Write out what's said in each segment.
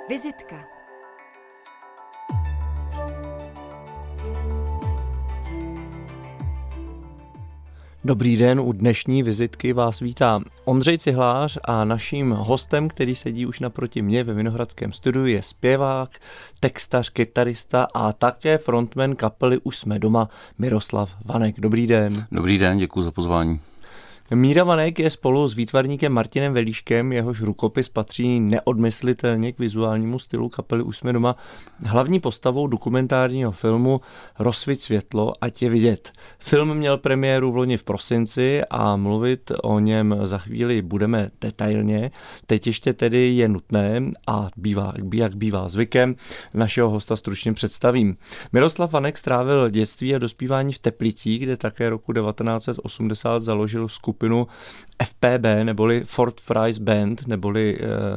Vizitka. Dobrý den, u dnešní vizitky vás vítá Ondřej Cihlář a naším hostem, který sedí už naproti mě ve Vinohradském studiu, je zpěvák, textař, kytarista a také frontman kapely Už jsme doma Miroslav Vanek. Dobrý den. Dobrý den, děkuji za pozvání. Míra Vanek je spolu s výtvarníkem Martinem Velíškem, jehož rukopis patří neodmyslitelně k vizuálnímu stylu kapely Už jsme doma, hlavní postavou dokumentárního filmu Rozsviť světlo, ať je vidět. Film měl premiéru v loni v prosinci a mluvit o něm za chvíli budeme detailně. Teď ještě tedy je nutné, a jak bývá zvykem, našeho hosta stručně představím. Miroslav Vanek strávil dětství a dospívání v Teplicích, kde také roku 1980 založil skupinu FPB, neboli Ford Fries Band, neboli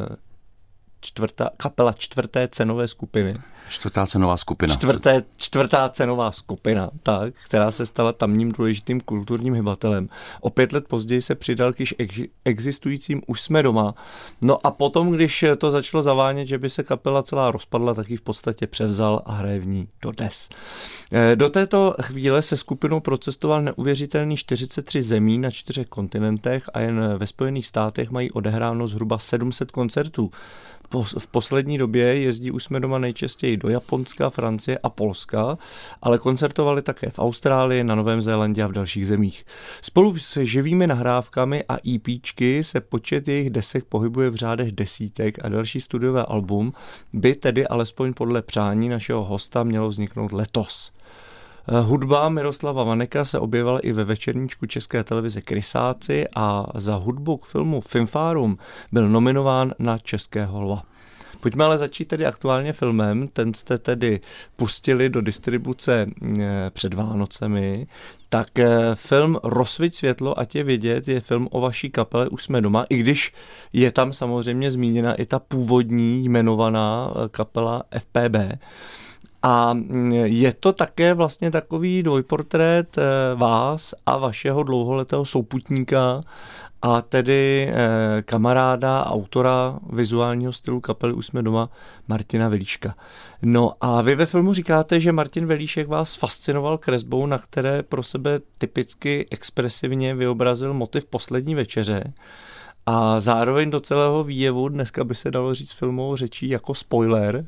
kapela čtvrté cenové skupiny. Čtvrtá cenová skupina. Čtvrtá cenová skupina, tak, která se stala tamním důležitým kulturním hybatelem. O 5 let později se přidal k již existujícím Už jsme doma. No a potom, když to začalo zavánět, že by se kapela celá rozpadla, tak ji v podstatě převzal a hraje v ní dodnes. Do této chvíle se skupinou procestoval neuvěřitelný 43 zemí na 4 kontinentech a jen ve Spojených státech mají odehráno zhruba 700 koncertů. V poslední době jezdí Už jsme doma nejčastěji do Japonska, Francie a Polska, ale koncertovali také v Austrálii, na Novém Zélandě a v dalších zemích. Spolu s živými nahrávkami a EPčky se počet jejich desek pohybuje v řádech desítek a další studiové album by tedy alespoň podle přání našeho hosta mělo vzniknout letos. Hudba Miroslava Vaneka se objevila i ve večerníčku České televize Krysáci a za hudbu k filmu Finfárum byl nominován na Českého lva. Pojďme ale začít tedy aktuálně filmem, ten jste tedy pustili do distribuce před Vánocemi. Tak film Rozsviť světlo, ať je vidět, je film o vaší kapele Už jsme doma, i když je tam samozřejmě zmíněna i ta původní jmenovaná kapela FPB. A je to také vlastně takový dvojportrét vás a vašeho dlouholetého souputníka a tedy kamaráda, autora vizuálního stylu kapely Už jsme doma, Martina Velíška. No a vy ve filmu říkáte, že Martin Velíšek vás fascinoval kresbou, na které pro sebe typicky expresivně vyobrazil motiv Poslední večeře. A zároveň do celého výjevu, dneska by se dalo říct filmovou řečí jako spoiler,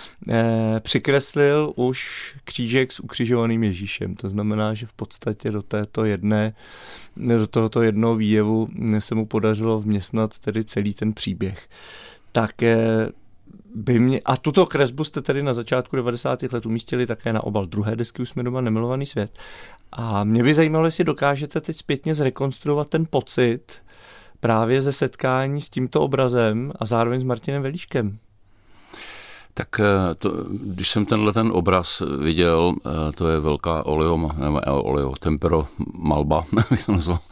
přikreslil už křížek s ukřižovaným Ježíšem. To znamená, že v podstatě do tohoto jednoho výjevu se mu podařilo vměstnat tedy celý ten příběh. Tak a tuto kresbu jste tedy na začátku 90. let umístili také na obal druhé desky Už jsme doma Nemilovaný svět. A mě by zajímalo, jestli dokážete teď zpětně zrekonstruovat ten pocit právě ze setkání s tímto obrazem a zároveň s Martinem Velíškem. Tak když jsem ten obraz viděl, to je velká tempero malba, bych to nazval,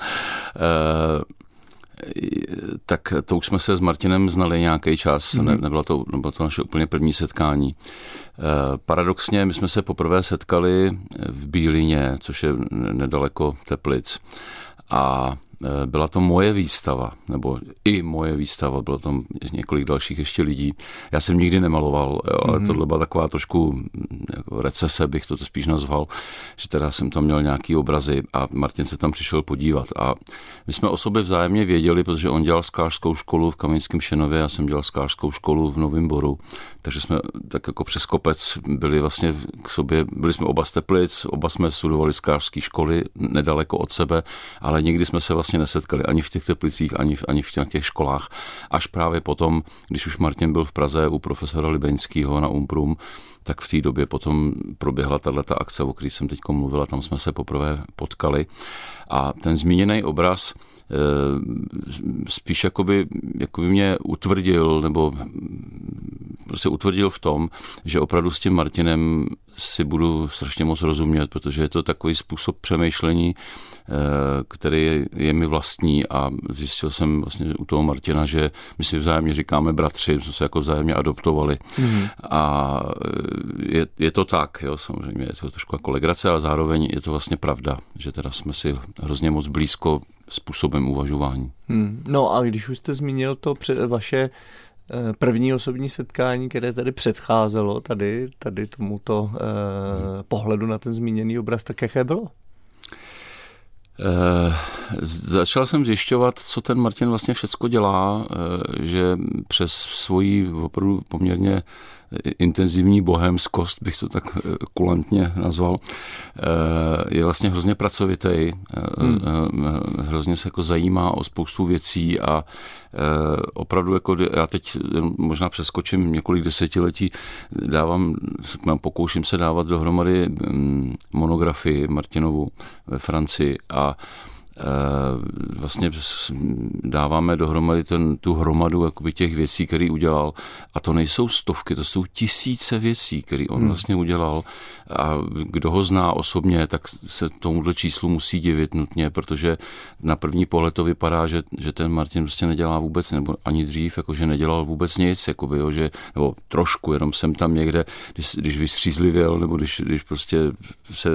tak to už jsme se s Martinem znali nějaký čas, nebylo to naše úplně první setkání. Paradoxně, my jsme se poprvé setkali v Bílině, což je nedaleko Teplic, a byla to moje výstava, nebo i moje výstava, bylo tam několik dalších ještě lidí. Já jsem nikdy nemaloval, ale tohle byla taková trošku jako recese, bych to spíš nazval, že teda jsem tam měl nějaký obrazy a Martin se tam přišel podívat. A my jsme o sobě vzájemně věděli, protože on dělal sklářskou školu v Kamenickém Šenově, já jsem dělal sklářskou školu v Novém Boru, takže jsme tak jako přes kopec byli vlastně k sobě, byli jsme oba z Teplic, oba jsme studovali sklářské školy nedaleko od sebe, ale nikdy jsme se vlastně nesetkali ani v těch Teplicích, ani v těch školách. Až právě potom, když už Martin byl v Praze u profesora Libeňského na Umprum, tak v té době potom proběhla tato akce, o které jsem teď mluvila, tam jsme se poprvé potkali. A ten zmíněný obraz spíš jakoby mě utvrdil, nebo prostě utvrdil v tom, že opravdu s tím Martinem si budu strašně moc rozumět, protože je to takový způsob přemýšlení, který je mi vlastní, a zjistil jsem vlastně u toho Martina, že my si vzájemně říkáme bratři, jsme se jako vzájemně adoptovali. A je to tak, jo, samozřejmě je to trošku jako legrace, ale zároveň je to vlastně pravda, že teda jsme si hrozně moc blízko způsobem uvažování. No a když už jste zmínil to vaše první osobní setkání, které tady předcházelo tady tomuto pohledu na ten zmíněný obraz, tak jaké bylo? Začal jsem zjišťovat, co ten Martin vlastně všecko dělá, že přes svoji opravdu poměrně intenzivní bohémskost, bych to tak kulantně nazval, je vlastně hrozně pracovitý, hrozně se jako zajímá o spoustu věcí a opravdu jako já teď možná přeskočím několik desetiletí, pokouším se dávat dohromady monografii Martinovu ve Francii a vlastně dáváme dohromady tu hromadu jakoby těch věcí, které udělal. A to nejsou stovky, to jsou tisíce věcí, které on vlastně udělal. A kdo ho zná osobně, tak se tomuhle číslu musí divit nutně, protože na první pohled to vypadá, že ten Martin prostě nedělá vůbec, nebo ani dřív, jakože nedělal vůbec nic, jakoby, jo, nebo trošku, jenom jsem tam někde, když vystřízlivěl, nebo když prostě se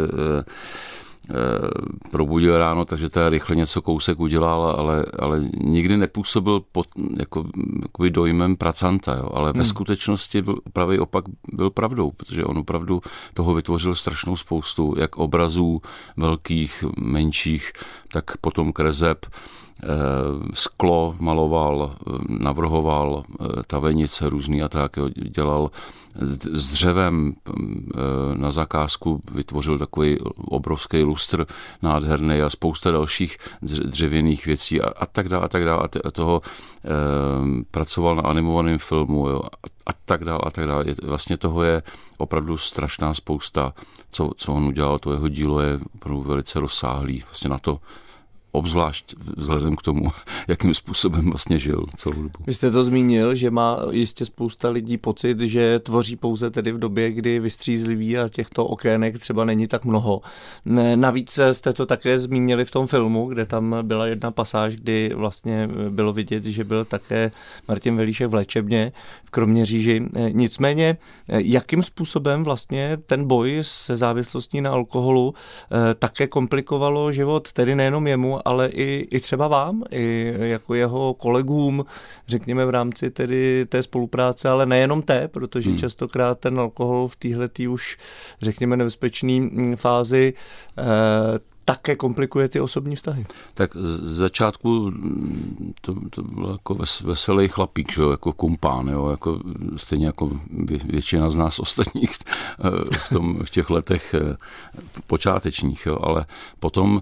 probudil ráno, takže teda rychle něco kousek udělal, ale nikdy nepůsobil pod jakoby dojmem pracanta, jo. Ale ve skutečnosti pravý opak byl pravdou, protože on opravdu toho vytvořil strašnou spoustu, jak obrazů velkých, menších, tak potom kreseb, sklo maloval, navrhoval, tavenice různý a tak, jo, dělal s dřevem na zakázku, vytvořil takový obrovský lustr nádherný a spousta dalších dřevěných věcí a tak dále. A toho pracoval na animovaném filmu, jo, a tak dále. Vlastně toho je opravdu strašná spousta, co on udělal. To jeho dílo je opravdu velice rozsáhlý. Vlastně na to obzvlášť vzhledem k tomu, jakým způsobem vlastně žil celou dobu. Vy jste to zmínil, že má jistě spousta lidí pocit, že tvoří pouze tedy v době, kdy vystřízliví a těchto okének třeba není tak mnoho. Navíc jste to také zmínili v tom filmu, kde tam byla jedna pasáž, kdy vlastně bylo vidět, že byl také Martin Velíšek v léčebně v Kroměříži. Nicméně, jakým způsobem vlastně ten boj se závislostí na alkoholu také komplikovalo život, tedy nejenom jemu, ale i třeba vám, i jako jeho kolegům, řekněme v rámci tedy té spolupráce, ale nejenom protože častokrát ten alkohol v téhletý už, řekněme, nebezpečný fázi také komplikuje ty osobní vztahy. Tak z začátku to byl jako veselý chlapík, že jo, jako kumpán, jo, jako stejně jako většina z nás ostatních v těch letech počátečních, jo, ale potom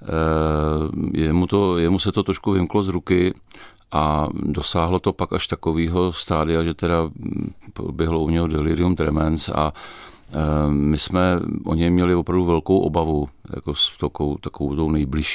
jemu se to trošku vymklo z ruky a dosáhlo to pak až takového stádia, že teda běhlo u něho delirium tremens a my jsme o něj měli opravdu velkou obavu, jako s takovou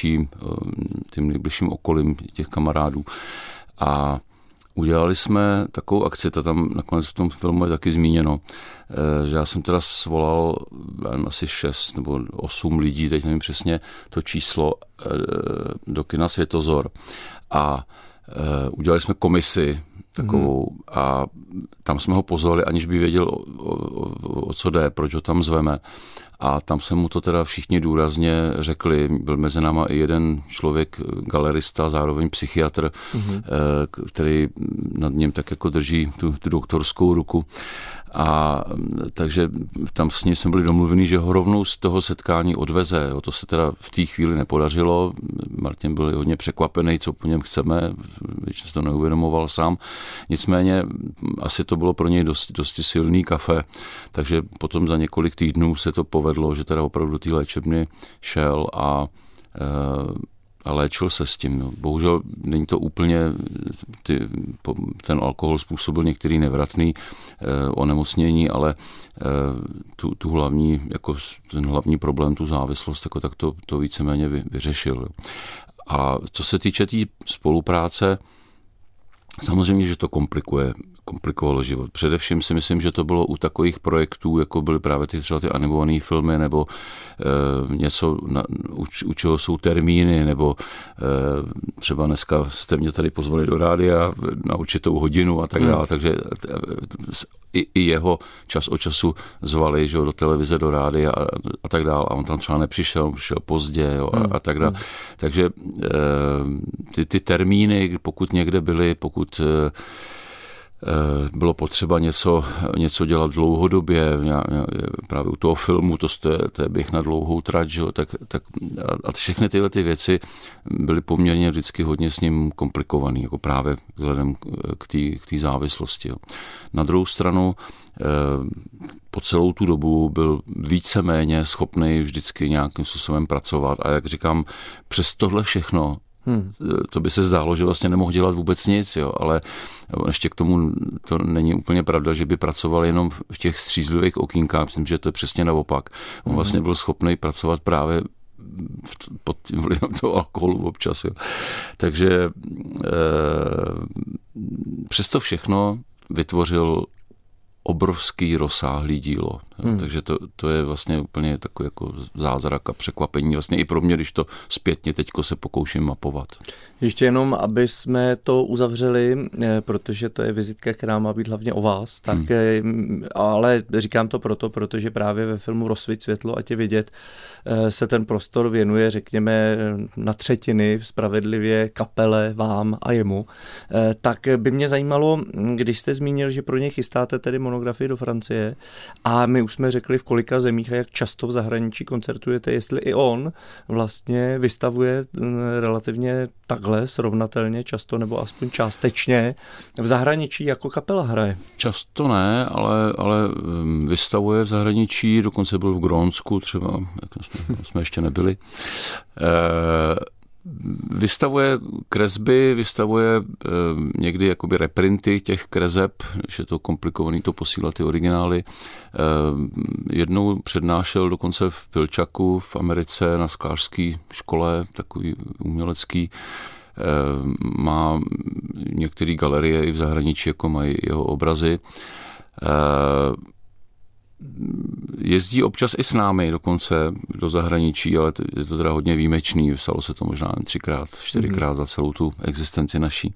tím nejbližším okolím těch kamarádů. A udělali jsme takovou akci, to tam nakonec v tom filmu je taky zmíněno, že já jsem teda svolal asi 6 nebo 8 lidí, teď nevím přesně to číslo, do kina Světozor. A udělali jsme komisi takovou a tam jsme ho pozvali, aniž by věděl, o co jde, proč ho tam zveme. A tam jsme mu to teda všichni důrazně řekli. Byl mezi náma i jeden člověk, galerista, zároveň psychiatr, který nad ním tak jako drží tu doktorskou ruku. A takže tam s ním jsme byli domluveni, že ho rovnou z toho setkání odveze. To se teda v té chvíli nepodařilo. Martin byl hodně překvapený, co po něm chceme, většinou to neuvědomoval sám. Nicméně asi to bylo pro něj dosti silný kafe, takže potom za několik týdnů se to povedlo, že teda opravdu do té léčebny šel a léčil se s tím. No. Bohužel není to úplně, ten alkohol způsobil některý nevratný onemocnění, ale tu hlavní, jako ten hlavní problém, tu závislost, jako tak to víceméně vyřešil. A co se týče té spolupráce, samozřejmě, že to komplikovalo život. Především si myslím, že to bylo u takových projektů, jako byly právě třeba ty animované filmy, nebo něco, u čeho jsou termíny, nebo třeba dneska jste mě tady pozvali do rádia na určitou hodinu a tak dále, takže i jeho čas od času zvali, že, do televize, do rádia a tak dále. A on tam třeba nepřišel, přišel pozdě, jo, a tak dále. Takže ty termíny, pokud někde byly, pokud bylo potřeba něco dělat dlouhodobě, právě u toho filmu, to je běh na dlouhou trať, že? Tak a všechny tyhle ty věci byly poměrně vždycky hodně s ním komplikovaný, jako právě vzhledem k té závislosti. Jo. Na druhou stranu po celou tu dobu byl víceméně schopný vždycky nějakým způsobem pracovat a jak říkám, přes tohle všechno to by se zdálo, že vlastně nemohl dělat vůbec nic, jo, ale ještě k tomu to není úplně pravda, že by pracoval jenom v těch střízlivých okýnkách, myslím, že to je přesně naopak. On vlastně byl schopný pracovat právě pod tím vlivem toho alkoholu občas. Jo. Takže přes to všechno vytvořil obrovský rozsáhlý dílo. Takže to je vlastně úplně takový jako zázrak a překvapení. Vlastně i pro mě, když to zpětně teďko se pokouším mapovat. Ještě jenom, aby jsme to uzavřeli, protože to je vizitka, která má být hlavně o vás, tak, ale říkám to protože právě ve filmu Rozsviť světlo, ať je vidět, se ten prostor věnuje, řekněme, na třetiny spravedlivě kapele, vám a jemu. Tak by mě zajímalo, když jste zmínil, že pro ně chystáte tedy monografii do Francie a my už jsme řekli, v kolika zemích a jak často v zahraničí koncertujete, jestli i on vlastně vystavuje relativně takhle srovnatelně často nebo aspoň částečně v zahraničí jako kapela hraje. Často ne, ale vystavuje v zahraničí, dokonce byl v Grónsku třeba, jak jsme ještě nebyli. Vystavuje kresby, vystavuje někdy jakoby reprinty těch kreseb, že je to komplikovaný to posílat ty originály. Jednou přednášel dokonce v Pilčaku v Americe na sklářské škole, takový umělecký. Má některé galerie i v zahraničí, jako mají jeho obrazy. Jezdí občas i s námi dokonce do zahraničí, ale je to teda hodně výjimečný. Stalo se to možná 3x, 4x za celou tu existenci naší.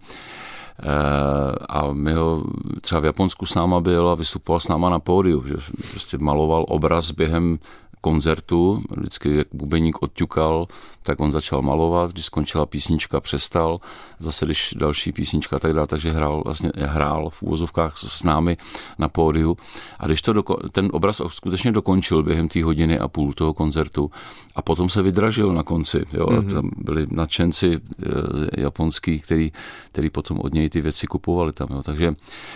A my ho třeba v Japonsku s náma byl a vystupoval s náma na pódiu, že prostě maloval obraz během koncertu, vždycky jak bubeník odťukal, tak on začal malovat, když skončila písnička, přestal, zase když další písnička tak dále, takže hrál v úvozovkách s námi na pódiu a když ten obraz skutečně dokončil během té hodiny a půl toho koncertu a potom se vydražil na konci, jo, tam byli nadšenci japonský, který potom od něj ty věci kupovali tam, jo, takže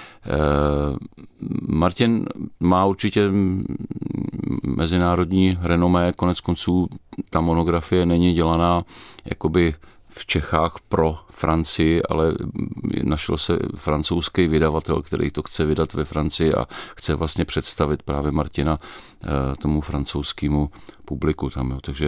Martin má určitě mezinárodní renomé, konec konců ta monografie není dělaná jakoby v Čechách pro Francii, ale našel se francouzský vydavatel, který to chce vydat ve Francii a chce vlastně představit právě Martina tomu francouzskému publiku tam. Jo. Takže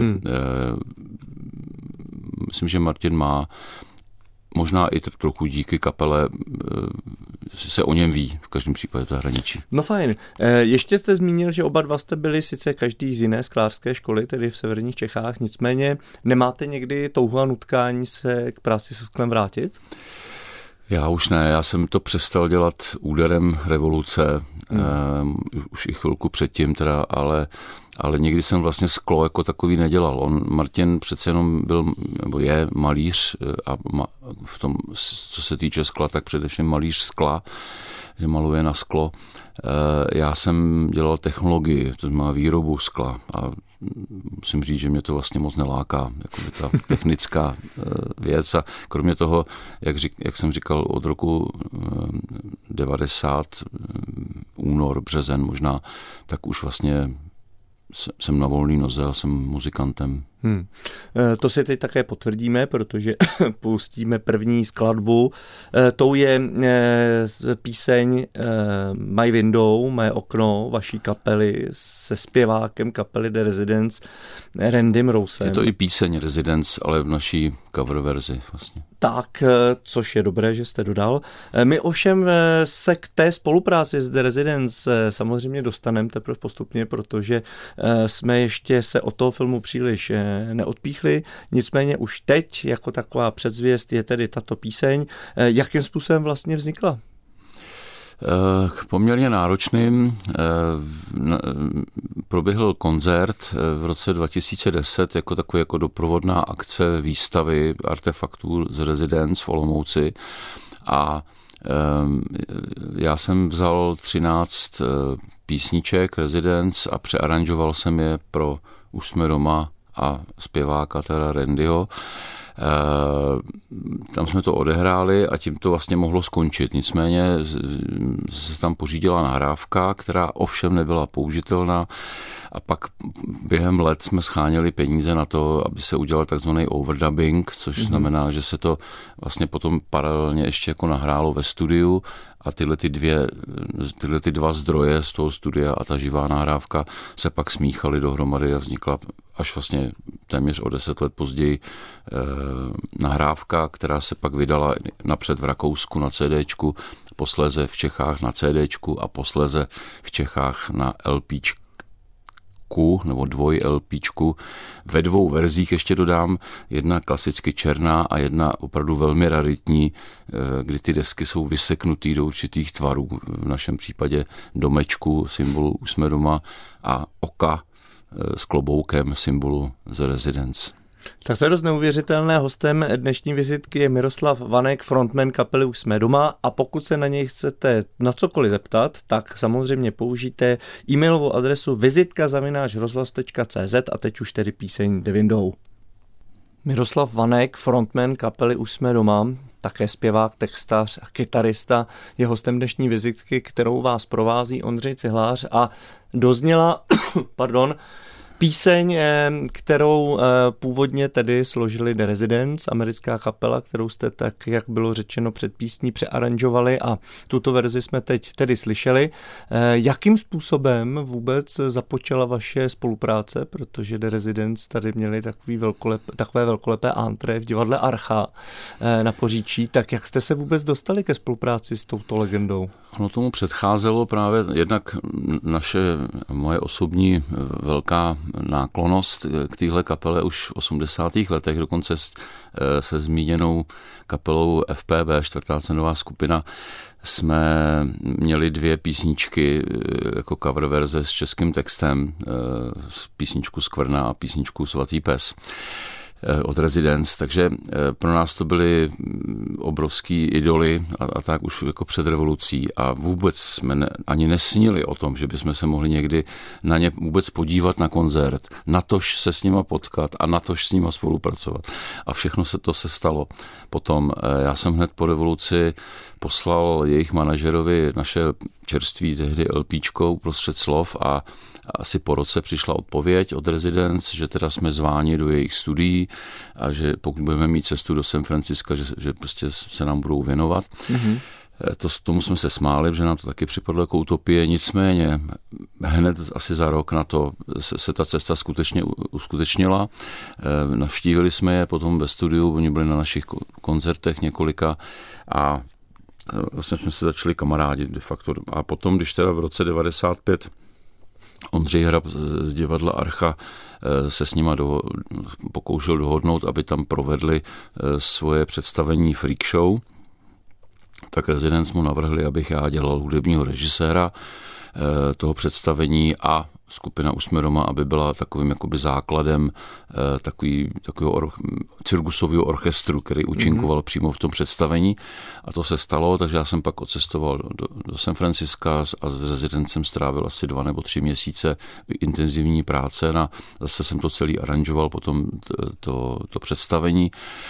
myslím, že Martin má možná i trochu díky kapele se o něm ví, v každém případě v zahraničí. No fajn. Ještě jste zmínil, že oba dva jste byli sice každý z jiné sklářské školy, tedy v severních Čechách, nicméně nemáte někdy touhu a nutkání se k práci se sklem vrátit? Já už ne, já jsem to přestal dělat úderem revoluce, už i chvilku předtím teda, ale nikdy jsem vlastně sklo jako takový nedělal. Martin přece jenom byl, nebo je malíř a v tom, co se týče skla, tak především malíř skla, že maluje na sklo. Já jsem dělal technologii, to znamená výrobu skla a musím říct, že mě to vlastně moc neláká, jakoby ta technická věc a kromě toho, jak jsem říkal, od roku 90, únor, březen možná, tak už vlastně jsem na volný noze a jsem muzikantem. To si teď také potvrdíme, protože pustíme první skladbu. Tou je píseň My Window, Mé okno, vaší kapely se zpěvákem kapely The Residents Randym Rosem. Je to i píseň Residents, ale v naší cover verzi vlastně. Tak, což je dobré, že jste dodal. My ovšem se k té spolupráci s The Residents samozřejmě dostaneme teprve postupně, protože jsme ještě se od toho filmu příliš neodpíchli. Nicméně už teď jako taková předzvěst je tedy tato píseň. Jakým způsobem vlastně vznikla? Poměrně náročným. Proběhl koncert v roce 2010 jako takový jako doprovodná akce výstavy artefaktů z Residence v Olomouci a Já jsem vzal 13 písniček Residence a přearanžoval jsem je pro Už jsme doma a zpěváka teda Randyho. Tam jsme to odehráli a tím to vlastně mohlo skončit. Nicméně se tam pořídila nahrávka, která ovšem nebyla použitelná a pak během let jsme scháněli peníze na to, aby se udělal takzvaný overdubbing, což znamená, že se to vlastně potom paralelně ještě jako nahrálo ve studiu a tyhle ty dva zdroje z toho studia a ta živá nahrávka se pak smíchaly dohromady a vznikla až vlastně téměř o 10 let později nahrávka, která se pak vydala napřed v Rakousku na CDčku, posléze v Čechách na CDčku a posléze v Čechách na LPčku nebo 2 LPčku. Ve 2 verzích ještě dodám, jedna klasicky černá a jedna opravdu velmi raritní, kdy ty desky jsou vyseknutý do určitých tvarů. V našem případě domečku, symbolu Už jsme doma a oka s kloboukem, symbolu The Residence. Tak to je dost neuvěřitelné. Hostem dnešní vizitky je Miroslav Vanek, frontman kapely Už jsme doma, a pokud se na něj chcete na cokoliv zeptat, tak samozřejmě použijte e-mailovou adresu vizitka@rozhlas.cz a teď už tedy píseň jde windou. Miroslav Vanek, frontman kapely Už jsme doma, také zpěvák, textař a kytarista, je hostem dnešní vizitky, kterou vás provází Ondřej Cihlář, a dozněla píseň, kterou původně tedy složili The Residence, americká kapela, kterou jste, tak jak bylo řečeno před písní, přearanžovali a tuto verzi jsme teď tedy slyšeli. Jakým způsobem vůbec započala vaše spolupráce, protože The Residence tady měli takové velkolepé antré v divadle Archa na Poříčí, tak jak jste se vůbec dostali ke spolupráci s touto legendou? Ono tomu předcházelo právě jednak moje osobní velká náklonost k téhle kapele už v 80. letech, dokonce se zmíněnou kapelou FPB, 4. cenová skupina, jsme měli 2 písničky jako cover verze s českým textem, písničku Skvrna a písničku Svatý pes od Residence, takže pro nás to byly obrovský idoly a tak už jako před revolucí a vůbec jsme ani nesnili o tom, že bychom se mohli někdy na ně vůbec podívat na koncert, natož se s nima potkat a natož s nima spolupracovat. A všechno se stalo. Potom já jsem hned po revoluci poslal jejich manažerovi naše čerství tehdy LPčko uprostřed slov a asi po roce přišla odpověď od Residence, že teda jsme zváni do jejich studií a že pokud budeme mít cestu do San Franciska, že prostě se nám budou věnovat. Mm-hmm. Tomu jsme se smáli, že nám to taky připadlo jako utopie, nicméně hned asi za rok na to se ta cesta skutečně uskutečnila. Navštívili jsme je potom ve studiu, oni byli na našich koncertech několika a vlastně jsme se začali kamarádit de facto. A potom, když teda v roce 95 Ondřej Hrab z divadla Archa se s nima pokoušel dohodnout, aby tam provedli svoje představení Freak Show, tak Residence mu navrhli, abych já dělal hudebního režiséra toho představení a skupina Už jsme doma, aby byla takovým jakoby základem takového cirkusového orchestru, který účinkoval přímo v tom představení. A to se stalo, takže já jsem pak odcestoval do San Franciska a s Rezidencem strávil asi 2 nebo 3 měsíce intenzivní práce. Zase jsem to celý aranžoval potom to představení.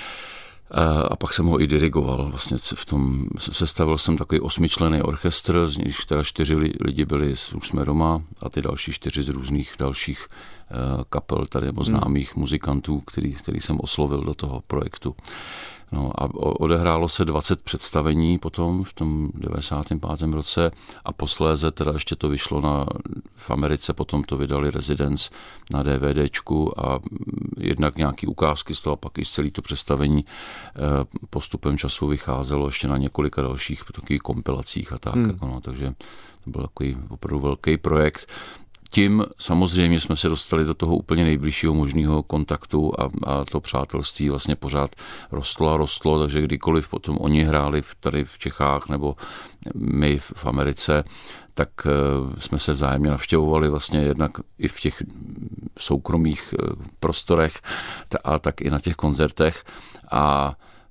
A pak jsem ho i dirigoval. Vlastně sestavil jsem takový 8členný orchestr, z nich teda 4 lidi byli Už jsme doma a ty další 4 z různých dalších kapel tady nebo známých muzikantů, který jsem oslovil do toho projektu. No a odehrálo se 20 představení potom v tom 95. roce a posléze teda ještě to vyšlo v Americe, potom to vydali Residence na DVDčku a jednak nějaký ukázky z toho a pak i z celé to představení postupem času vycházelo ještě na několika dalších takových kompilacích a tak. Takže to byl takový opravdu velký projekt. Tím samozřejmě jsme se dostali do toho úplně nejbližšího možného kontaktu a to přátelství vlastně pořád rostlo, takže kdykoliv potom oni hráli tady v Čechách nebo my v Americe, tak jsme se vzájemně navštěvovali vlastně jednak i v těch soukromých prostorech a tak i na těch koncertech a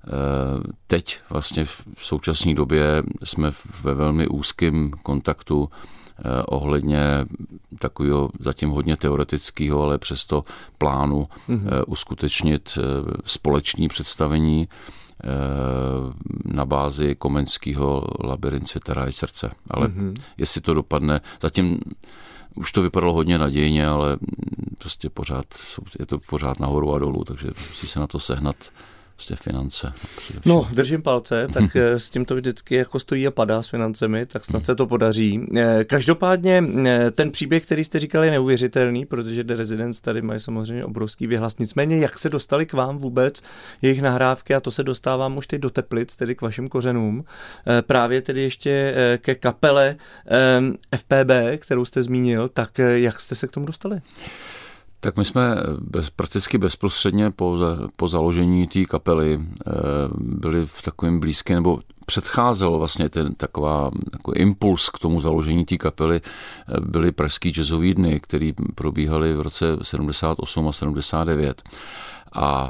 Teď vlastně v současné době jsme ve velmi úzkém kontaktu ohledně takového zatím hodně teoretického, ale přesto plánu uskutečnit společné představení na bázi Komenského Labyrint světa, ráj, srdce. Ale jestli to dopadne, zatím už to vypadalo hodně nadějně, ale prostě je to pořád nahoru a dolů, takže musí se na to sehnat prostě finance. No, držím palce, tak s tím to vždycky jako stojí a padá s financemi, tak snad se to podaří. Každopádně ten příběh, který jste říkali, je neuvěřitelný, protože The Residents tady mají samozřejmě obrovský věhlas. Nicméně, jak se dostali k vám vůbec jejich nahrávky, a to se dostávám už teď do Teplic, tedy k vašim kořenům, právě tedy ještě ke kapele FPB, kterou jste zmínil, tak jak jste se k tomu dostali? Tak my jsme prakticky bezprostředně po založení té kapely byli v takovém blízkém, nebo předcházel vlastně takový impuls k tomu založení té kapely, byly pražský jazzový dny, které probíhaly v roce 78 a 79. A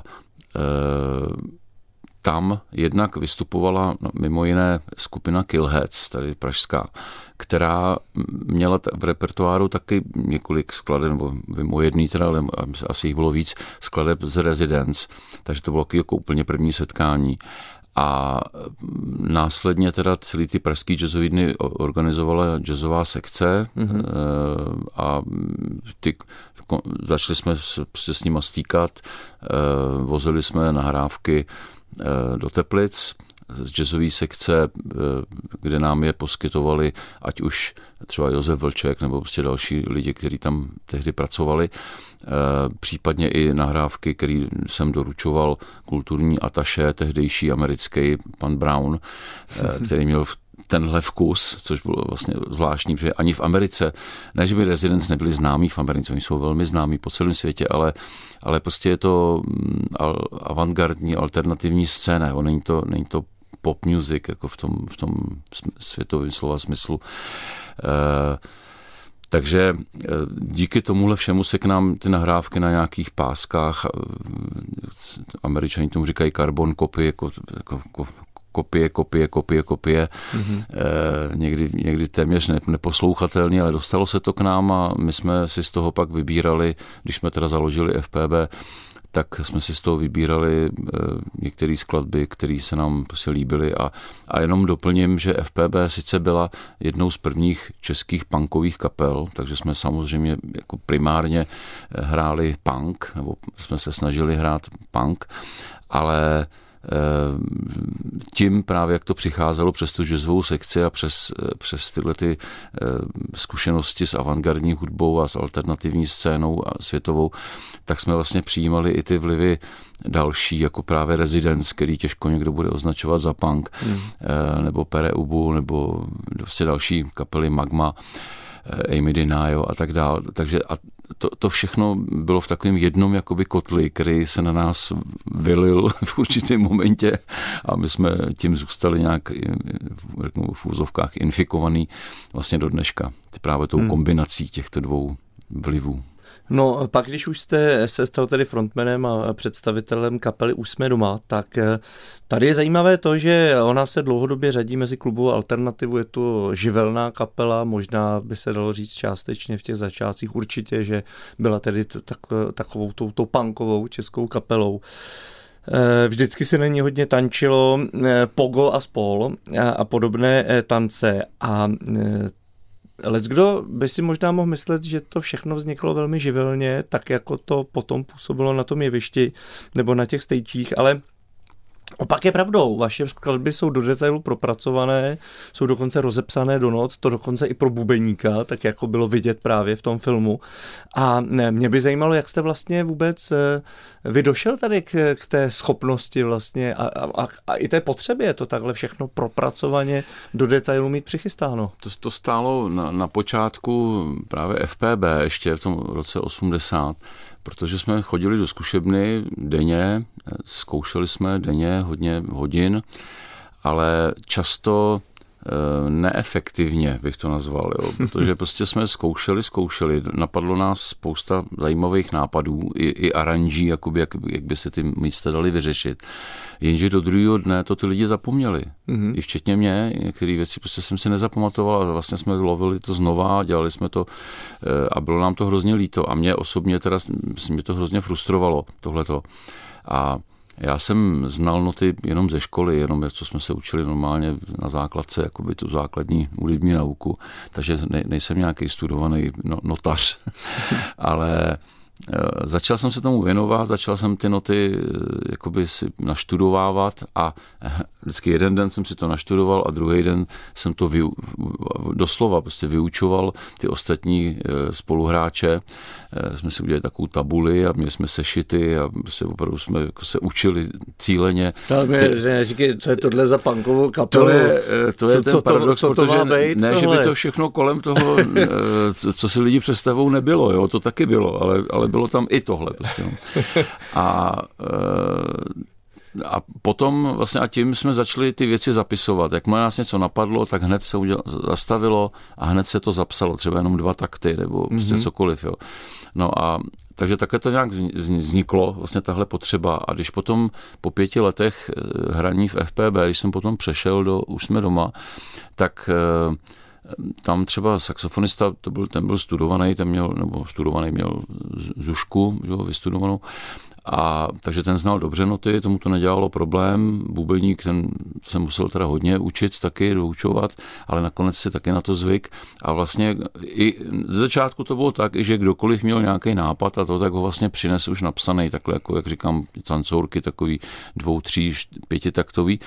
tam jednak vystupovala mimo jiné skupina Killheads, tady pražská, která měla v repertoáru taky několik skladeb, nebo vím o jedný teda, ale asi jich bylo víc, skladeb z Residents, takže to bylo jako úplně první setkání. A následně teda celý ty pražský jazzový dny organizovala jazzová sekce a začali jsme prostě s nima stýkat, vozili jsme nahrávky do Teplic z jazzové sekce, kde nám je poskytovali ať už třeba Josef Vlček nebo prostě další lidi, kteří tam tehdy pracovali, případně i nahrávky, který jsem doručoval kulturní ataše, tehdejší americký pan Brown, který měl tenhle vkus, což bylo vlastně zvláštní, protože ani v Americe, ne, že by Residents nebyli známí v Americe, oni jsou velmi známí po celém světě, ale prostě je to avantgardní, alternativní scéna, není to pop music, jako v tom světovém slova smyslu. Takže díky tomuhle všemu se k nám ty nahrávky na nějakých páskách, Američani tomu říkají carbon copy, jako kopie. Někdy téměř neposlouchatelný, ale dostalo se to k nám a my jsme si z toho pak vybírali, když jsme teda založili FPB, tak jsme si z toho vybírali některé skladby, které se nám prostě líbily a jenom doplním, že FPB sice byla jednou z prvních českých punkových kapel, takže jsme samozřejmě jako primárně hráli punk, nebo jsme se snažili hrát punk, ale tím právě, jak to přicházelo přes tu jazzovou sekci a přes tyhle ty zkušenosti s avantgardní hudbou a s alternativní scénou a světovou, tak jsme vlastně přijímali i ty vlivy další, jako právě Residents, který těžko někdo bude označovat za punk, nebo Pere Ubu, nebo vlastně další kapely Magma, Amy Dinaio a tak dále. Takže to všechno bylo v takovém jednom jakoby kotli, který se na nás vylil v určitém momentě a my jsme tím zůstali nějak v úzovkách infikovaný vlastně do dneška. Právě tou kombinací těchto dvou vlivů. No, pak když už jste se stal tedy frontmanem a představitelem kapely Už jsme doma, tak tady je zajímavé to, že ona se dlouhodobě řadí mezi klubovou alternativu, je to živelná kapela, možná by se dalo říct částečně v těch začátcích určitě, že byla tedy takovou tou punkovou českou kapelou. Vždycky se na ní hodně tančilo pogo a spol a podobné tance a leckdo by si možná mohl myslet, že to všechno vzniklo velmi živelně, tak jako to potom působilo na tom jevišti nebo na těch stejčích, ale opak je pravdou. Vaše skladby jsou do detailu propracované, jsou dokonce rozepsané do not, to dokonce i pro bubeníka, tak jako bylo vidět právě v tom filmu. A mě by zajímalo, jak jste vlastně vůbec vy došel tady k té schopnosti vlastně a i té potřebě to takhle všechno propracovaně do detailu mít přichystáno. To stálo na počátku právě FPB ještě v tom roce 80, protože jsme chodili do zkušebny denně, zkoušeli jsme denně hodně hodin, ale často neefektivně, bych to nazval, jo, protože prostě jsme zkoušeli, napadlo nás spousta zajímavých nápadů, i aranží, jakoby, jak by se ty místa dali vyřešit. Jenže do druhého dne to ty lidi zapomněli. I včetně mě, některé věci prostě jsem si nezapamatoval a vlastně jsme lovili to znova, dělali jsme to a bylo nám to hrozně líto a mě osobně teda mě to hrozně frustrovalo, tohleto. A já jsem znal noty jenom ze školy, jenom co jsme se učili normálně na základce, jakoby tu základní hudební nauku, takže nejsem nějaký studovaný notař, ale začal jsem se tomu věnovat, začal jsem ty noty jakoby si naštudovávat a vždycky jeden den jsem si to naštudoval a druhý den jsem to doslova prostě vyučoval ty ostatní spoluhráče. Jsme si udělali takovou tabuli a měli jsme sešity a prostě opravdu jsme jako se učili cíleně. Neříkej, co je tohle za punkovou kapelu? To je ten paradox, protože ne, že by to všechno kolem toho, co si lidi představují, nebylo, jo, to taky bylo, ale bylo tam i tohle. Prostě. A potom vlastně a tím jsme začali ty věci zapisovat. Jakmile nás něco napadlo, tak hned se zastavilo a hned se to zapsalo, třeba jenom 2 takty nebo prostě cokoliv. Jo. No a takže takhle to nějak vzniklo, vlastně tahle potřeba. A když potom po 5 letech hraní v FPB, když jsem potom přešel Už jsme doma, tak tam třeba saxofonista, ten byl studovaný, měl Zušku, vystudovanou, a takže ten znal dobře noty, tomu to nedělalo problém. Bubeník, ten se musel teda hodně učit taky, doučovat, ale nakonec si taky na to zvyk. A vlastně i z začátku to bylo tak, že kdokoliv měl nějaký nápad a to, tak ho vlastně přines už napsaný, takhle jako, jak říkám, cancourky, takový 2, 3, 5 taktový.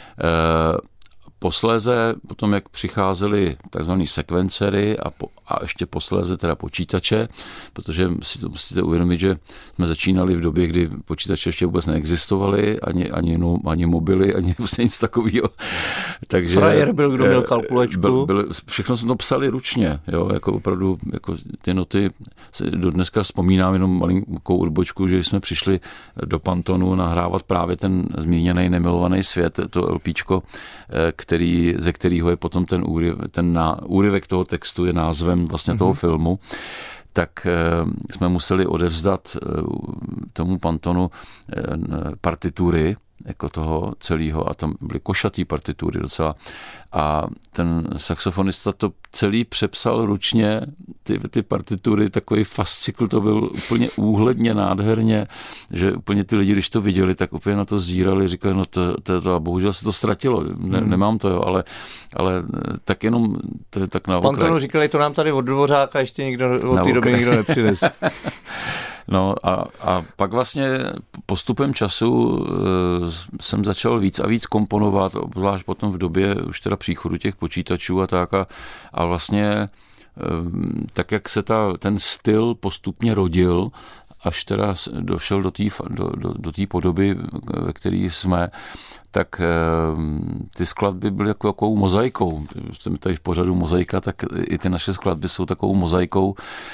Posléze, potom jak přicházely takzvaný sekvencery a ještě posléze teda počítače, protože si to musíte uvědomit, že jsme začínali v době, kdy počítače ještě vůbec neexistovaly, ani mobily, ani nic takového. Takže frajer byl, kdo měl kalkulačku. Všechno jsme to psali ručně, jo, jako opravdu jako ty noty, do dneska vzpomínám jenom malinkou urbočku, že jsme přišli do Pantonu nahrávat právě ten zmíněný Nemilovaný svět, to LPčko, ze kterého je potom ten úryvek toho textu je názvem vlastně toho filmu, tak jsme museli odevzdat tomu Pantonu partitury jako toho celého a tam byly košatý partitury docela a ten saxofonista to celý přepsal ručně, ty partitury, takový fascikl, to byl úplně úhledně, nádherně, že úplně ty lidi, když to viděli, tak úplně na to zírali, říkali, no to a bohužel se to ztratilo, nemám to, jo, ale tak jenom to je tak na okraj. Pantonu říkali, to nám tady od Dvořáka ještě nikdo od té doby nikdo nepřines. No a pak vlastně postupem času jsem začal víc a víc komponovat, zvlášť potom v době už teda příchodu těch počítačů a tak a vlastně tak, jak se ten styl postupně rodil, až teda došel do té podoby, ve které jsme, tak ty skladby byly takovou mozaikou. Jsme tady v pořadu Mozaika, tak i ty naše skladby jsou takovou mozaikou,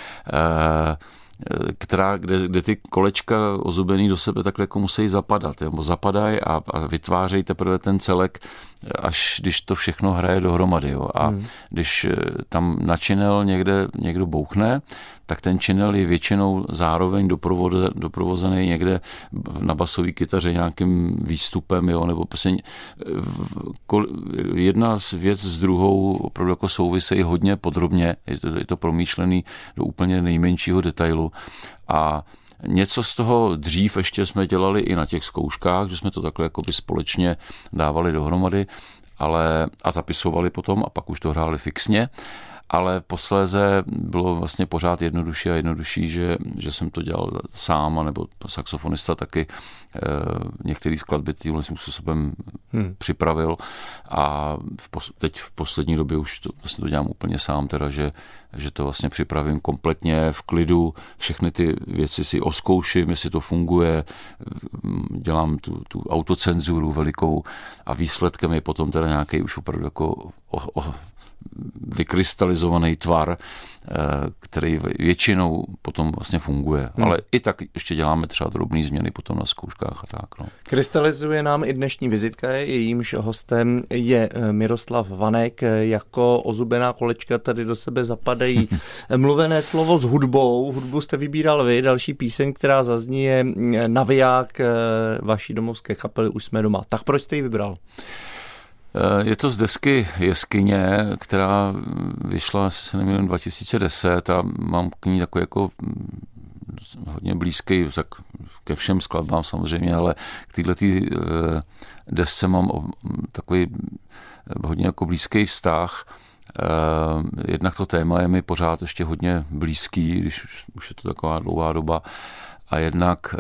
kde ty kolečka ozubený do sebe takhle jako musí zapadat. Zapadají a vytvářejí teprve ten celek, až když to všechno hraje dohromady. Jo. A když tam na činel někdo bouchne, tak ten činel je většinou zároveň doprovozený někde na basové kytaře nějakým výstupem, jo, nebo prostě jedna věc s druhou opravdu jako souvisejí hodně podrobně, je to promýšlený do úplně nejmenšího detailu a něco z toho dřív ještě jsme dělali i na těch zkouškách, že jsme to takhle jakoby společně dávali dohromady, a zapisovali potom a pak už to hráli fixně. Ale posléze bylo vlastně pořád jednodušší, že jsem to dělal sám, nebo saxofonista taky některé skladby tímhle způsobem připravil a teď v poslední době už vlastně to dělám úplně sám, teda, že to vlastně připravím kompletně v klidu, všechny ty věci si oskouším, jestli to funguje, dělám tu autocenzuru velikou a výsledkem je potom teda nějaký už opravdu jako vykrystalizovaný tvar, který většinou potom vlastně funguje. Ale i tak ještě děláme třeba drobné změny potom na zkouškách a tak. No. Krystalizuje nám i dnešní vizitka, jejímž hostem je Miroslav Vanek. Jako ozubená kolečka tady do sebe zapadají mluvené slovo s hudbou. Hudbu jste vybíral vy, další píseň, která zazní, je Naviják vaší domovské kapely Už jsme doma. Tak proč jste ji vybral? Je to z desky Jeskyně, která vyšla, se nevím, 2010 a mám k ní takový jako hodně blízký, tak ke všem skladbám samozřejmě, ale k této desce mám takový hodně jako blízký vztah. Jednak to téma je mi pořád ještě hodně blízký, když už je to taková dlouhá doba, a jednak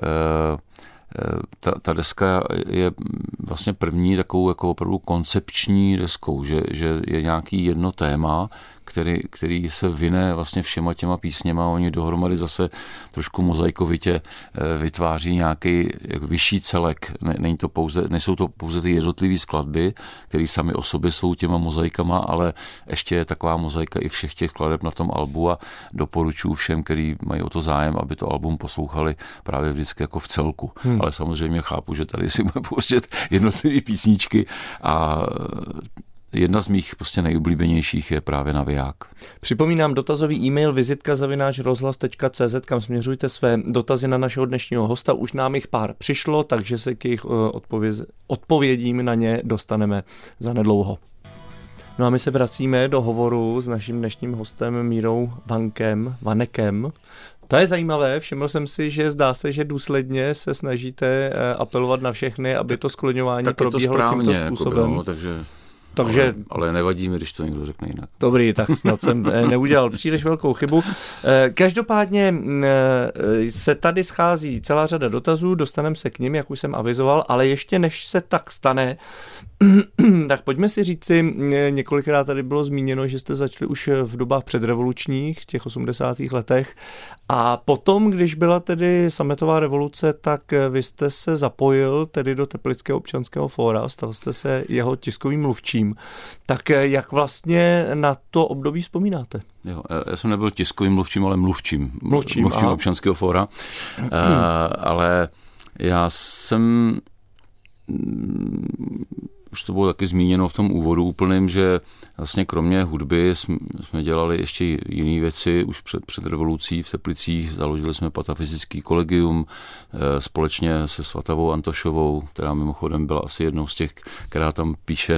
ta deska je vlastně první takovou jako opravdu koncepční deskou, že je nějaký jedno téma, který se vyne vlastně všema těma písněma, oni dohromady zase trošku mozaikovitě vytváří nějaký vyšší celek. Nejsou to pouze ty jednotlivé skladby, které sami o sobě jsou těma mozaikama, ale ještě je taková mozaika i všech těch skladeb na tom albu a doporučuji všem, kteří mají o to zájem, aby to album poslouchali právě vždycky jako v celku. Ale samozřejmě chápu, že tady si budeme pouštět jednotlivé písničky a jedna z mých prostě nejoblíbenějších je právě Naviják. Připomínám dotazový e-mail vizitka@rozhlas.cz, kam směřujte své dotazy na našeho dnešního hosta. Už nám jich pár přišlo, takže se k jejich odpovědím na ně dostaneme zanedlouho. No a my se vracíme do hovoru s naším dnešním hostem Mírou Vanekem. To je zajímavé, všiml jsem si, že zdá se, že důsledně se snažíte apelovat na všechny, aby to skloňování probíhalo tímto způsobem. Jako ale nevadí mi, když to někdo řekne jinak. Dobrý, tak snad jsem neudělal příliš velkou chybu. Každopádně se tady schází celá řada dotazů, dostaneme se k nim, jak už jsem avizoval, ale ještě než se tak stane, tak pojďme si říci, několikrát tady bylo zmíněno, že jste začali už v dobách předrevolučních, těch 80. letech, a potom, když byla tedy sametová revoluce, tak vy jste se zapojil tedy do Teplického občanského fóra, stal jste se jeho tiskovým mluvčím. Tak jak vlastně na to období vzpomínáte? Jo, já jsem nebyl tiskovým mluvčím, ale mluvčím občanského fóra, ale já jsem, už to bylo taky zmíněno v tom úvodu úplným, že vlastně kromě hudby jsme dělali ještě jiné věci. Už před revolucí v Teplicích založili jsme patafyzický kolegium společně se Svatavou Antošovou, která mimochodem byla asi jednou z těch, která tam píše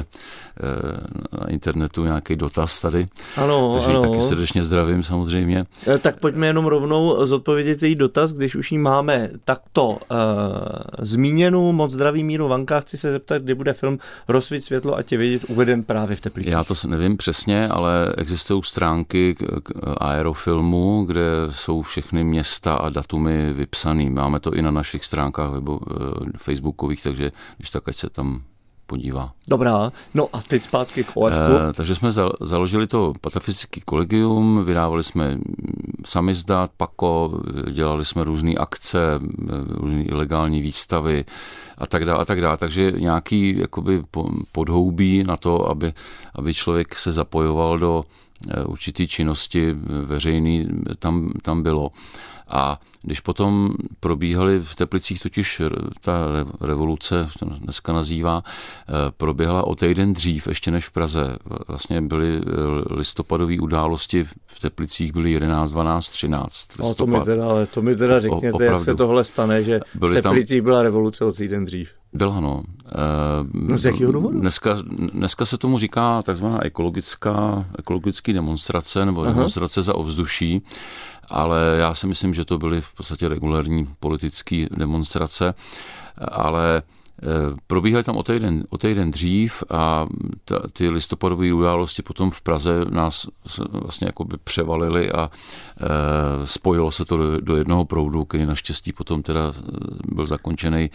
na internetu nějaký dotaz tady. Takže ji taky srdečně zdravím samozřejmě. Tak pojďme jenom rovnou zodpovědět její dotaz, když už ji máme takto zmíněnou. Moc zdraví Míru Vanka, chci se zeptat, kdy bude film Rozsvít světlo a tě vědět uveden právě v Teplicích. Já to nevím přesně, ale existují stránky k Aerofilmu, kde jsou všechny města a datumy vypsaný. Máme to i na našich stránkách facebookových, takže když tak, ať se tam podívá. Dobrá, no a teď zpátky k OFku. Takže jsme založili to patafyzický kolegium, vydávali jsme samizdat, Pako, dělali jsme různé akce, různé ilegální výstavy a tak dále. Takže nějaký jakoby podhoubí na to, aby člověk se zapojoval do určitý činnosti veřejný, tam bylo. A když potom probíhaly v Teplicích, totiž ta revoluce, to dneska nazývá, proběhla o týden dřív, ještě než v Praze. Vlastně byly listopadové události v Teplicích, byly 11, 12, 13 listopad. To mi teda řekněte, jak se tohle stane, že v Teplicích byla revoluce o týden dřív. Byla, no. Z jakého důvodu? Dneska se tomu říká takzvaná ekologický demonstrace nebo demonstrace za ovzduší, ale já si myslím, že to byly v podstatě regulární politické demonstrace, ale probíhaly tam o týden dřív a ty listopadové události potom v Praze nás vlastně jakoby převalily a spojilo se to do jednoho proudu, který naštěstí potom teda byl zakončený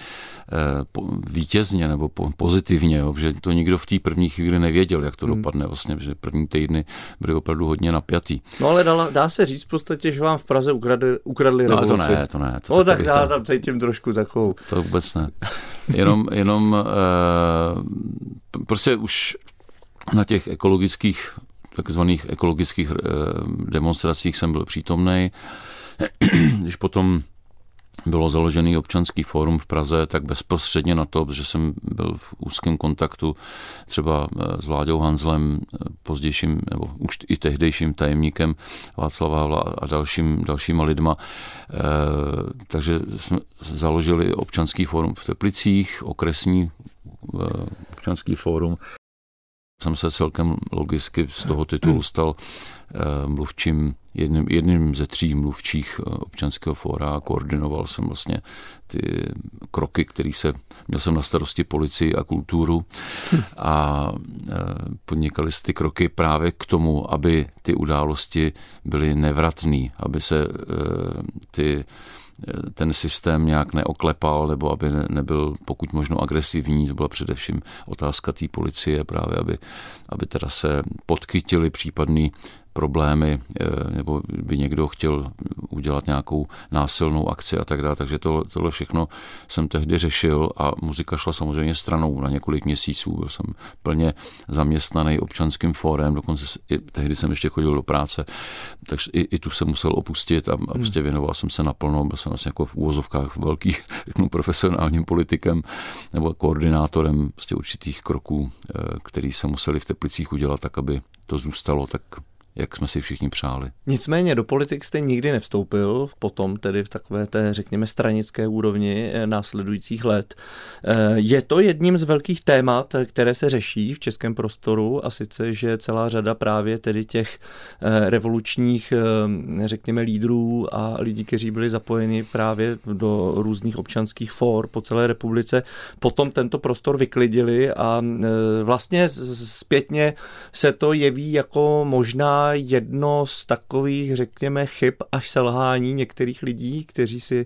vítězně nebo pozitivně, že to nikdo v té první chvíli nevěděl, jak to dopadne vlastně, že první týdny byly opravdu hodně napjatý. No ale dá se říct v podstatě, že vám v Praze ukradli revoluci. To ne. Tak já tam cítím trošku takovou. To vůbec ne. Jenom prostě už na těch ekologických takzvaných ekologických demonstracích jsem byl přítomnej. Když potom bylo založený občanský fórum v Praze, tak bezprostředně na to, protože jsem byl v úzkém kontaktu třeba s Vláďou Hanzlem, pozdějším nebo už i tehdejším tajemníkem Václava Havla a dalšíma lidma. Takže jsme založili občanský fórum v Teplicích, okresní občanský fórum. Jsem se celkem logicky z toho titulu stal mluvčím, jedním ze 3 mluvčích občanského fóra a koordinoval jsem vlastně ty kroky, měl jsem na starosti policii a kulturu a podnikali se ty kroky právě k tomu, aby ty události byly nevratné, aby se ten systém nějak neoklepal, nebo aby nebyl pokud možno agresivní. To byla především otázka té policie, právě aby teda se podchytili případný problémy, nebo by někdo chtěl udělat nějakou násilnou akci a tak dále. Takže tohle všechno jsem tehdy řešil a muzika šla samozřejmě stranou na několik měsíců. Byl jsem plně zaměstnaný občanským fórem, dokonce tehdy jsem ještě chodil do práce, takže i tu jsem musel opustit a prostě věnoval jsem se naplno, byl jsem vlastně jako v úvozovkách velkých, profesionálním politikem nebo koordinátorem prostě určitých kroků, který se museli v Teplicích udělat tak, aby to zůstalo tak, jak jsme si všichni přáli. Nicméně do politiky jste nikdy nevstoupil, potom tedy v takové té, řekněme, stranické úrovni následujících let. Je to jedním z velkých témat, které se řeší v českém prostoru, a sice, že celá řada právě tedy těch revolučních, řekněme, lídrů a lidí, kteří byli zapojeni právě do různých občanských fór po celé republice, potom tento prostor vyklidili a vlastně zpětně se to jeví jako možná jedno z takových, řekněme, chyb až selhání některých lidí, kteří si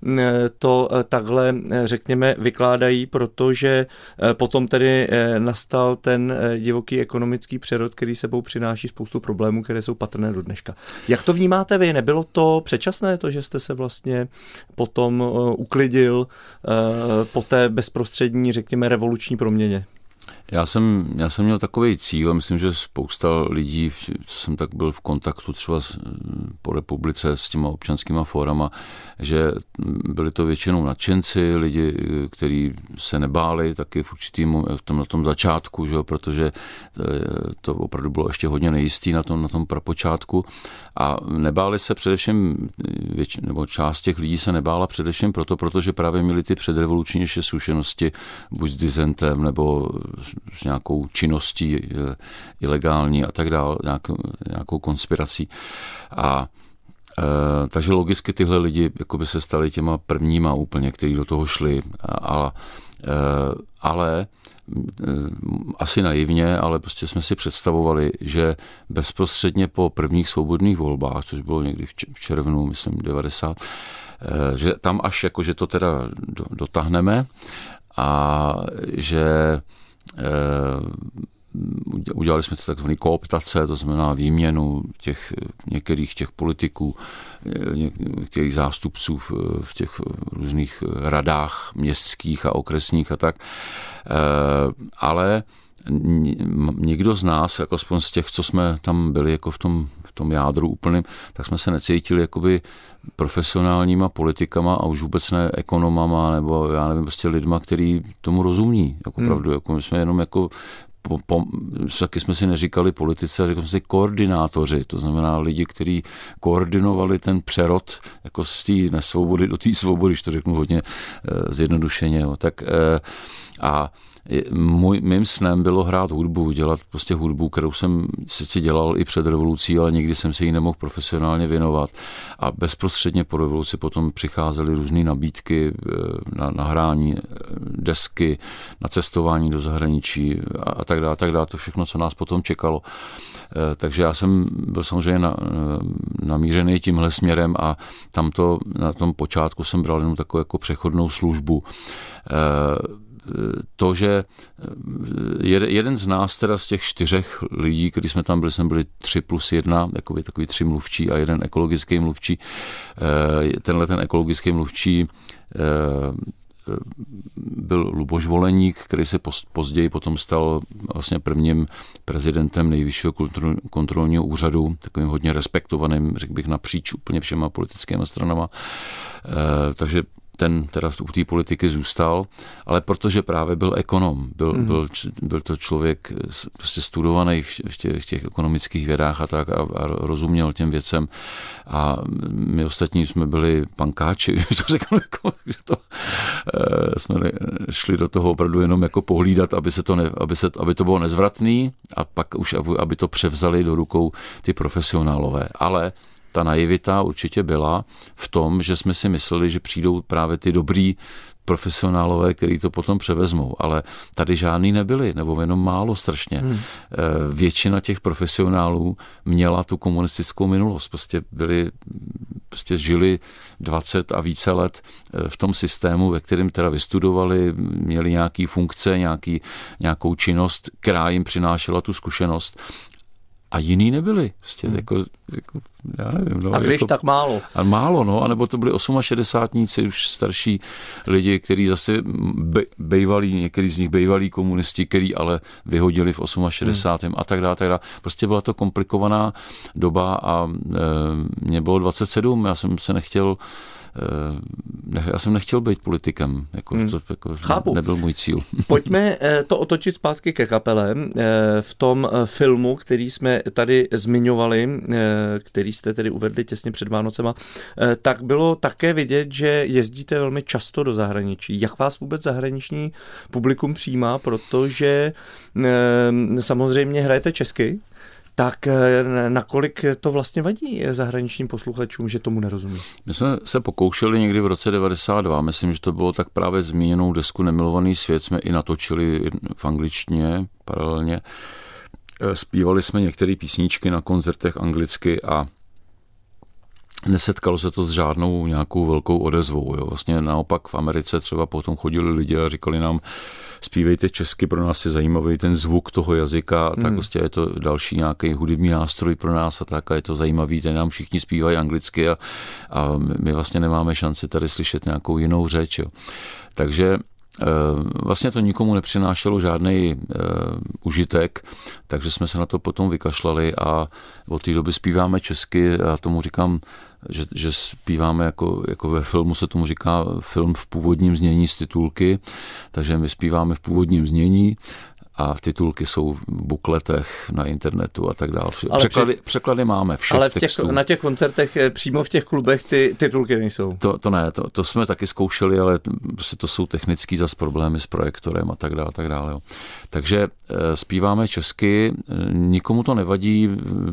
to takhle, řekněme, vykládají, protože potom tedy nastal ten divoký ekonomický přerod, který sebou přináší spoustu problémů, které jsou patrné do dneška. Jak to vnímáte vy? Nebylo to předčasné, to, že jste se vlastně potom uklidil po té bezprostřední, řekněme, revoluční proměně? Já jsem měl takový cíl a myslím, že spousta lidí, co jsem tak byl v kontaktu třeba po republice s těma občanskýma fórama, že byli to většinou nadšenci, lidi, kteří se nebáli taky v určitým na tom začátku, že, protože to opravdu bylo ještě hodně nejistý na tom prapočátku a nebáli se především, nebo část těch lidí se nebála především protože právě měli ty předrevoluční ještě zkušenosti buď s disentem nebo s nějakou činností ilegální a tak dále, nějakou konspirací. Takže logicky tyhle lidi jakoby se stali těma prvníma úplně, kteří do toho šli. Ale asi naivně, ale prostě jsme si představovali, že bezprostředně po prvních svobodných volbách, což bylo někdy v červnu, myslím 90, že tam až jako, že to teda dotáhneme a že udělali jsme takzvané kooptace, to znamená výměnu některých těch politiků, některých zástupců v těch různých radách městských a okresních a tak. Ale nikdo z nás, jako aspoň z těch, co jsme tam byli jako v tom jádru úplným, tak jsme se necítili jakoby profesionálníma politikama a už vůbec ne ekonomama nebo já nevím, prostě lidma, který tomu rozumí. Jako pravdu, jako my jsme jenom jako taky jsme si neříkali politici, a říkali jsme si koordinátoři, to znamená lidi, kteří koordinovali ten přerod jako z té nesvobody do té svobody, když to řeknu hodně zjednodušeně. Jo. Tak a mým snem bylo hrát hudbu, dělat prostě hudbu, kterou jsem sice dělal i před revolucí, ale nikdy jsem se jí nemohl profesionálně věnovat. A bezprostředně po revoluci potom přicházely různé nabídky na nahrání desky, na cestování do zahraničí a tak dále. To všechno, co nás potom čekalo. Takže já jsem byl samozřejmě namířený tímhle směrem a na tom počátku jsem bral jenom takovou jako přechodnou službu. To, že jeden z nás, teda z těch 4 lidí, kteří jsme tam byli, jsme byli 3+1, takový 3 mluvčí a jeden ekologický mluvčí. Ten ekologický mluvčí byl Luboš Voleník, který se později potom stal vlastně prvním prezidentem Nejvyššího kontrolního úřadu, takovým hodně respektovaným, řekl bych, napříč úplně všema politickými stranama. Takže ten teda u té politiky zůstal, ale protože právě byl ekonom, byl to člověk prostě studovaný v těch ekonomických vědách a tak a rozuměl těm věcem a my ostatní jsme byli pankáči, to řeknu, že to jsme šli do toho opravdu jenom jako pohlídat, aby to bylo nezvratný a pak už, aby to převzali do rukou ty profesionálové, ale ta naivita určitě byla v tom, že jsme si mysleli, že přijdou právě ty dobrý profesionálové, kteří to potom převezmou, ale tady žádný nebyli, nebo jenom málo strašně. Většina těch profesionálů měla tu komunistickou minulost, prostě žili 20 a více let v tom systému, ve kterém teda vystudovali, měli nějaký funkce, nějakou činnost, která jim přinášela tu zkušenost. A jiný nebyli. Prostě jako, já nevím. No, a když jako, tak málo. A málo, no, anebo to byli 68, už starší lidi, kteří zase některý z nich bývalí komunisti, který ale vyhodili v 68. a tak dále. Prostě byla to komplikovaná doba a mě bylo 27, já jsem nechtěl být politikem, nebyl můj cíl. Pojďme to otočit zpátky ke kapele. V tom filmu, který jsme tady zmiňovali, který jste tedy uvedli těsně před Vánocema, tak bylo také vidět, že jezdíte velmi často do zahraničí. Jak vás vůbec zahraniční publikum přijímá, protože samozřejmě hrajete česky, tak nakolik to vlastně vadí zahraničním posluchačům, že tomu nerozumí? My jsme se pokoušeli někdy v roce 92, myslím, že to bylo tak právě zmíněnou desku Nemilovaný svět, jsme i natočili v angličtině paralelně. Zpívali jsme některé písničky na koncertech anglicky a nesetkalo se to s žádnou nějakou velkou odezvou. Jo. Vlastně naopak v Americe třeba potom chodili lidi a říkali nám, zpívejte česky, pro nás je zajímavý ten zvuk toho jazyka, tak prostě je to další nějaký hudební nástroj pro nás a tak a je to zajímavý, ten nám všichni zpívají anglicky a my vlastně nemáme šanci tady slyšet nějakou jinou řeč. Jo. Takže vlastně to nikomu nepřinášelo žádný užitek, takže jsme se na to potom vykašlali a od té doby zpíváme česky, já tomu říkám, že zpíváme jako ve filmu se tomu říká film v původním znění z titulky, takže my zpíváme v původním znění a titulky jsou v bukletech na internetu a tak dále. Překlady máme všech ale textů. Na těch koncertech přímo v těch klubech ty titulky nejsou. To ne, to jsme taky zkoušeli, ale prostě to jsou technický zas problémy s projektorem a tak dále. Jo. Takže zpíváme česky, nikomu to nevadí,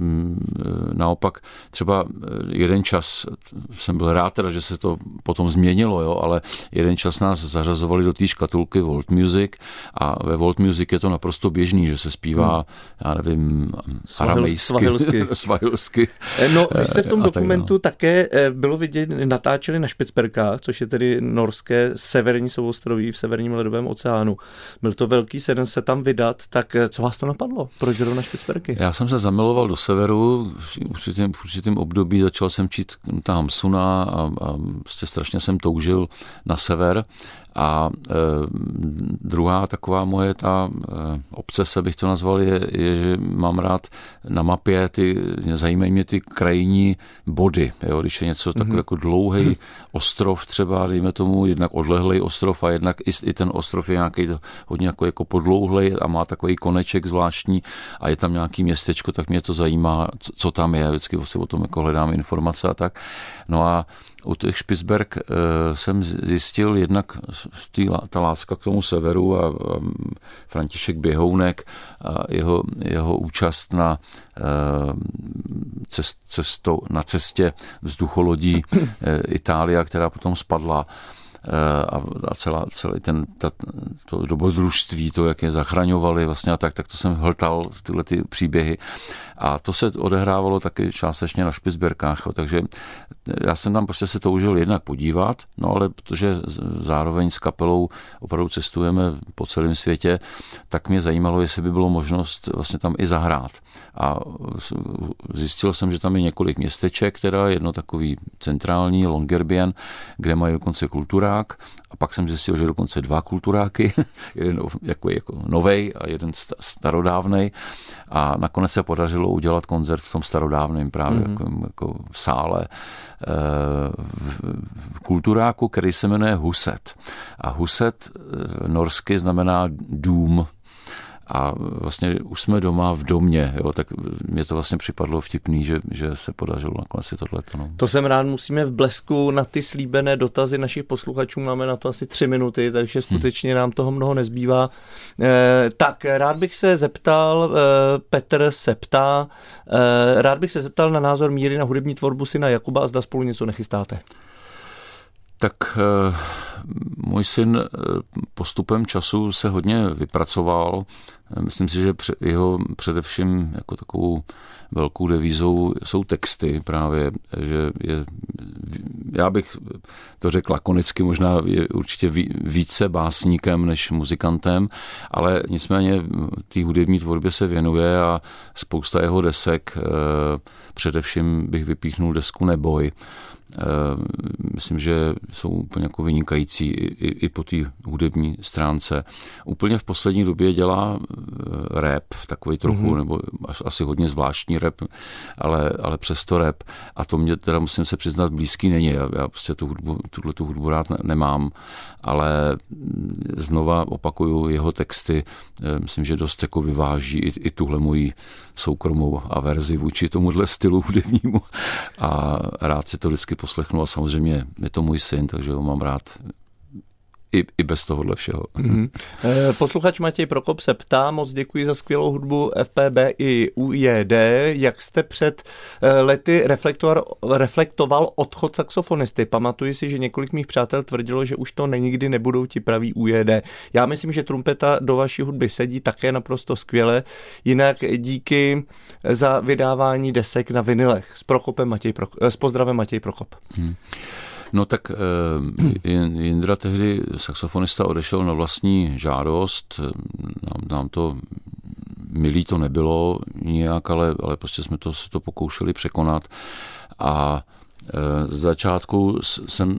naopak třeba jeden čas, jsem byl rád teda, že se to potom změnilo, jo, ale jeden čas nás zařazovali do té škatulky World Music a ve World Music je to naprosto běžný, že se zpívá, já nevím, aramejsky, svahilsky. No, vy jste v tom dokumentu také bylo vidět, natáčeli na Špicberkách, což je tedy norské severní souostroví v severním ledovém oceánu. Byl to velký sen se tam vydat, tak co vás to napadlo? Proč zrovna Špicberky? Já jsem se zamiloval do severu, v určitém období začal jsem čít Hamsuna a prostě strašně jsem toužil na sever. A druhá taková moje obsese, bych to nazval, je, že mám rád na mapě zajímají mě ty krajinní body. Jo? Když je něco takový jako dlouhý ostrov třeba, dejme tomu, jednak odlehlej ostrov a jednak i ten ostrov je nějaký hodně jako podlouhlej a má takový koneček zvláštní a je tam nějaký městečko, tak mě to zajímá, co tam je. Vždycky si o tom jako hledám informace a tak. No a u těch Špicberk jsem zjistil jednak ta láska k tomu severu a František Běhounek a jeho účast na cestě vzducholodí Itália, která potom spadla a celé to dobrodružství, to, jak je zachraňovali vlastně a tak to jsem hltal tyhle ty příběhy. A to se odehrávalo taky částečně na Špicberkách, takže já jsem tam prostě se toužil jednak podívat, no ale protože zároveň s kapelou opravdu cestujeme po celém světě, tak mě zajímalo, jestli by bylo možnost vlastně tam i zahrát. A zjistil jsem, že tam je několik městeček, teda jedno takový centrální, Longyearbyen, kde mají dokonce kulturák, kulturák a pak jsem zjistil, že dokonce 2 kulturáky, jeden jako novej a jeden starodávnej a nakonec se podařilo udělat koncert v tom starodávném právě jako v sále v kulturáku, který se jmenuje Huset. A Huset norsky znamená dům. A vlastně už jsme doma v domě, jo, tak mě to vlastně připadlo vtipný, že se podařilo nakonec tohleto. No. To jsem rád, musíme v blesku na ty slíbené dotazy našich posluchačů, máme na to asi 3 minuty, takže skutečně nám toho mnoho nezbývá. Tak rád bych se zeptal, Petr se ptá, rád bych se zeptal na názor Míry na hudební tvorbu syna Jakuba a zda spolu něco nechystáte. Tak můj syn postupem času se hodně vypracoval. Myslím si, že jeho především jako takovou velkou devízou jsou texty právě, že já bych to řekl lakonicky, možná je určitě více básníkem než muzikantem, ale nicméně té hudební tvorbě se věnuje a spousta jeho desek, především bych vypíchnul desku Neboj. Myslím, že jsou úplně jako vynikající i po té hudební stránce. Úplně v poslední době dělá rap, takový trochu, nebo asi hodně zvláštní rap, ale přesto rap. A to mě teda, musím se přiznat, blízký není. Já prostě tuhletu hudbu rád nemám, ale znova opakuju jeho texty. Myslím, že dost jako vyváží i tuhle moji soukromou averzi vůči tomuhle stylu hudebnímu. A rád si to vždycky poslechnu a samozřejmě je to můj syn, takže ho mám rád i bez tohohle všeho. Posluchač Matěj Prokop se ptá, moc děkuji za skvělou hudbu FPB i UJD. Jak jste před lety reflektoval odchod saxofonisty? Pamatuji si, že několik mých přátel tvrdilo, že už to nikdy nebudou ti praví UJD. Já myslím, že trumpeta do vaší hudby sedí také naprosto skvěle. Jinak díky za vydávání desek na vinylech. S pozdravem Matěj Prokop. No tak Jindra tehdy, saxofonista, odešel na vlastní žádost. Nám to milý to nebylo nijak, ale prostě jsme to pokoušeli překonat. A z začátku jsem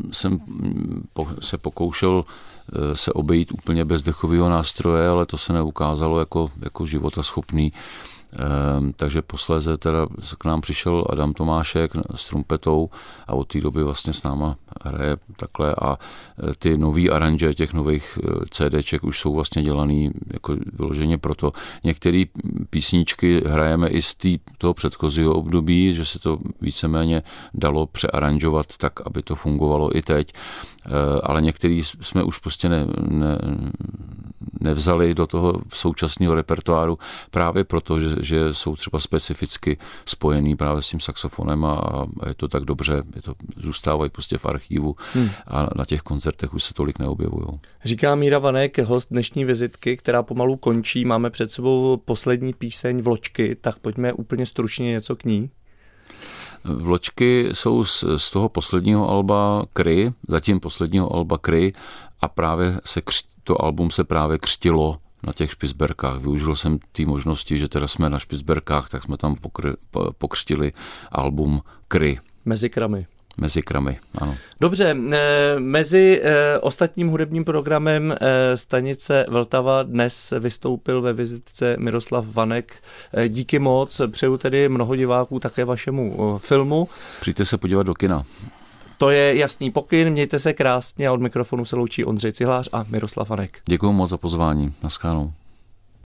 se pokoušel se obejít úplně bez dechového nástroje, ale to se neukázalo jako životaschopný. Takže posléze teda k nám přišel Adam Tomášek s trumpetou a od té doby vlastně s náma hraje takhle a ty nový aranže těch nových CDček už jsou vlastně dělaný jako vyloženě proto. Některé písničky hrajeme i z toho předchozího období, že se to víceméně dalo přearanžovat tak, aby to fungovalo i teď, ale některý jsme už prostě nevzali do toho současného repertoáru právě proto, že jsou třeba specificky spojený právě s tím saxofonem a je to tak dobře, zůstávají prostě v archivu a na těch koncertech už se tolik neobjevují. Říká Míra Vanek, host dnešní vizitky, která pomalu končí. Máme před sebou poslední píseň Vločky, tak pojďme úplně stručně něco k ní. Vločky jsou z toho posledního alba Kry, zatím posledního alba Kry a právě to album se právě křtilo na těch Špicberkách. Využil jsem ty možnosti, že teda jsme na Špicberkách, tak jsme tam pokřtili album Kry. Mezi kramy, ano. Dobře, mezi ostatním hudebním programem stanice Vltava dnes vystoupil ve vizitce Miroslav Vanek. Díky moc, přeju tedy mnoho diváků také vašemu filmu. Přijďte se podívat do kina. To je jasný pokyn, mějte se krásně a od mikrofonu se loučí Ondřej Cihlář a Miroslav Vanek. Děkuji moc za pozvání, naschledanou.